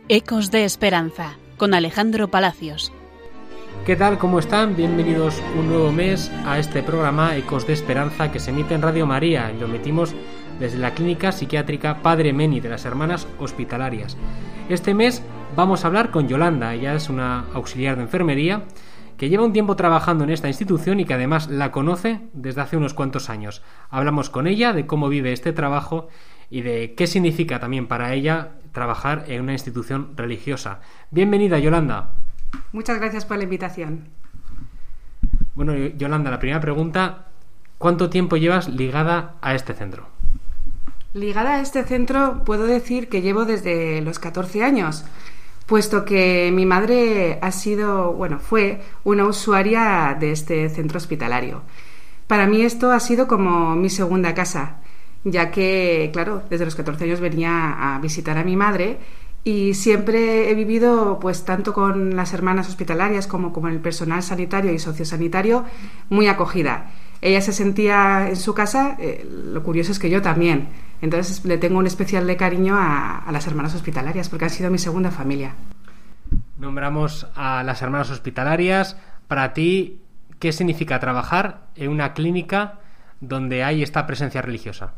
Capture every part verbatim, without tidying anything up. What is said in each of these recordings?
Ecos de Esperanza, con Alejandro Palacios. ¿Qué tal? ¿Cómo están? Bienvenidos un nuevo mes a este programa Ecos de Esperanza que se emite en Radio María y lo emitimos desde la Clínica Psiquiátrica Padre Meni de las Hermanas Hospitalarias. Este mes vamos a hablar con Yolanda. Ella es una auxiliar de enfermería que lleva un tiempo trabajando en esta institución y que además la conoce desde hace unos cuantos años. Hablamos con ella de cómo vive este trabajo y de qué significa también para ella trabajar en una institución religiosa. Bienvenida, Yolanda. Muchas gracias por la invitación. Bueno, Yolanda, la primera pregunta, ¿cuánto tiempo llevas ligada a este centro? Ligada a este centro puedo decir que llevo desde los catorce años, puesto que mi madre ha sido, bueno, fue una usuaria de este centro hospitalario. Para mí esto ha sido como mi segunda casa, ya que, claro, desde los catorce años venía a visitar a mi madre y siempre he vivido, pues tanto con las hermanas hospitalarias como con el personal sanitario y sociosanitario, muy acogida. Ella se sentía en su casa, eh, lo curioso es que yo también. Entonces le tengo un especial de cariño a, a las hermanas hospitalarias porque han sido mi segunda familia. Nombramos a las hermanas hospitalarias. Para ti, ¿qué significa trabajar en una clínica donde hay esta presencia religiosa?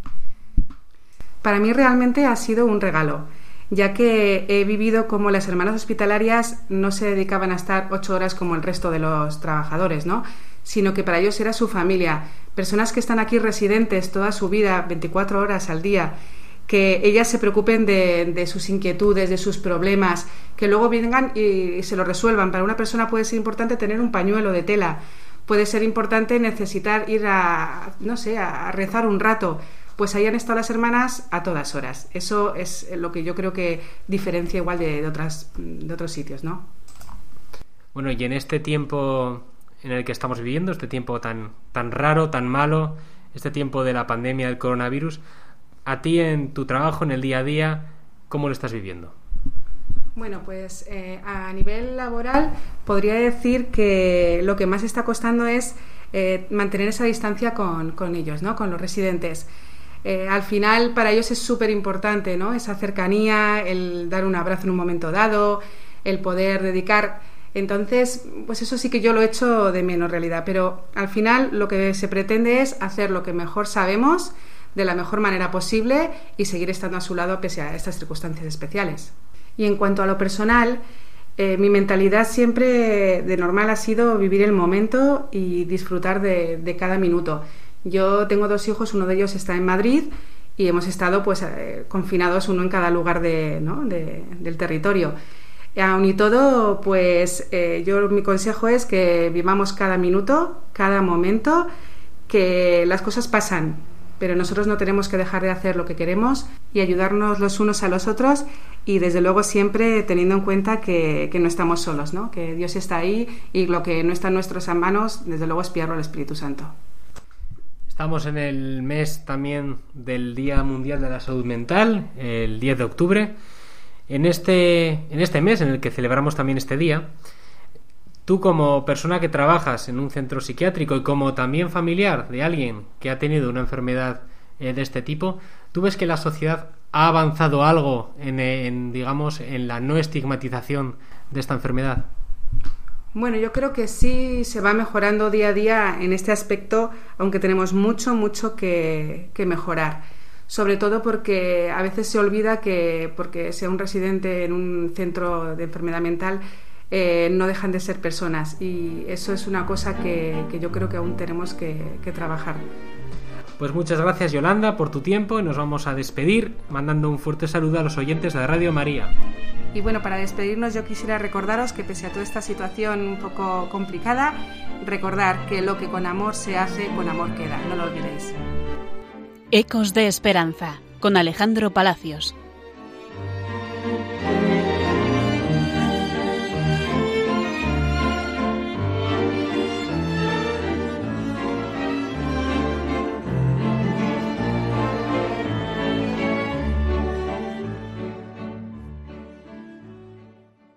Para mí realmente ha sido un regalo, ya que he vivido como las hermanas hospitalarias no se dedicaban a estar ocho horas como el resto de los trabajadores, ¿no? Sino que para ellos era su familia, personas que están aquí residentes toda su vida, veinticuatro horas al día, que ellas se preocupen de, de sus inquietudes, de sus problemas, que luego vengan y se lo resuelvan. Para una persona puede ser importante tener un pañuelo de tela, puede ser importante necesitar ir a, no sé, a rezar un rato. Pues ahí han estado las hermanas a todas horas. Eso es lo que yo creo que diferencia igual de, de, otras, de otros sitios, ¿no? Bueno, y en este tiempo en el que estamos viviendo, este tiempo tan, tan raro, tan malo, este tiempo de la pandemia del coronavirus, a ti en tu trabajo, en el día a día, ¿cómo lo estás viviendo? Bueno, pues eh, a nivel laboral podría decir que lo que más está costando es eh, mantener esa distancia con, con ellos, ¿no? Con los residentes. Eh, al final para ellos es súper importante, ¿no? Esa cercanía, el dar un abrazo en un momento dado, el poder dedicar. Entonces, pues eso sí que yo lo echo de menos en realidad, pero al final lo que se pretende es hacer lo que mejor sabemos, de la mejor manera posible y seguir estando a su lado pese a estas circunstancias especiales. Y en cuanto a lo personal, eh, mi mentalidad siempre de normal ha sido vivir el momento y disfrutar de, de cada minuto. Yo tengo dos hijos, uno de ellos está en Madrid y hemos estado pues eh, confinados uno en cada lugar de, ¿no? de, del territorio. Aun y todo, pues eh, yo mi consejo es que vivamos cada minuto, cada momento, que las cosas pasan, pero nosotros no tenemos que dejar de hacer lo que queremos y ayudarnos los unos a los otros y desde luego siempre teniendo en cuenta que, que no estamos solos, ¿no? Que Dios está ahí y lo que no está en nuestras manos, desde luego es pillarlo al Espíritu Santo. Estamos en el mes también del Día Mundial de la Salud Mental, el diez de octubre. En este, en este mes en el que celebramos también este día, tú como persona que trabajas en un centro psiquiátrico y como también familiar de alguien que ha tenido una enfermedad eh, de este tipo, ¿tú ves que la sociedad ha avanzado algo en, en, digamos, en la no estigmatización de esta enfermedad? Bueno, yo creo que sí se va mejorando día a día en este aspecto, aunque tenemos mucho, mucho que, que mejorar. Sobre todo porque a veces se olvida que porque sea un residente en un centro de enfermedad mental eh, no dejan de ser personas y eso es una cosa que, que yo creo que aún tenemos que, que trabajar. Pues muchas gracias, Yolanda, por tu tiempo y nos vamos a despedir mandando un fuerte saludo a los oyentes de Radio María. Y bueno, para despedirnos yo quisiera recordaros que pese a toda esta situación un poco complicada, recordar que lo que con amor se hace, con amor queda, no lo olvidéis. Ecos de Esperanza, con Alejandro Palacios.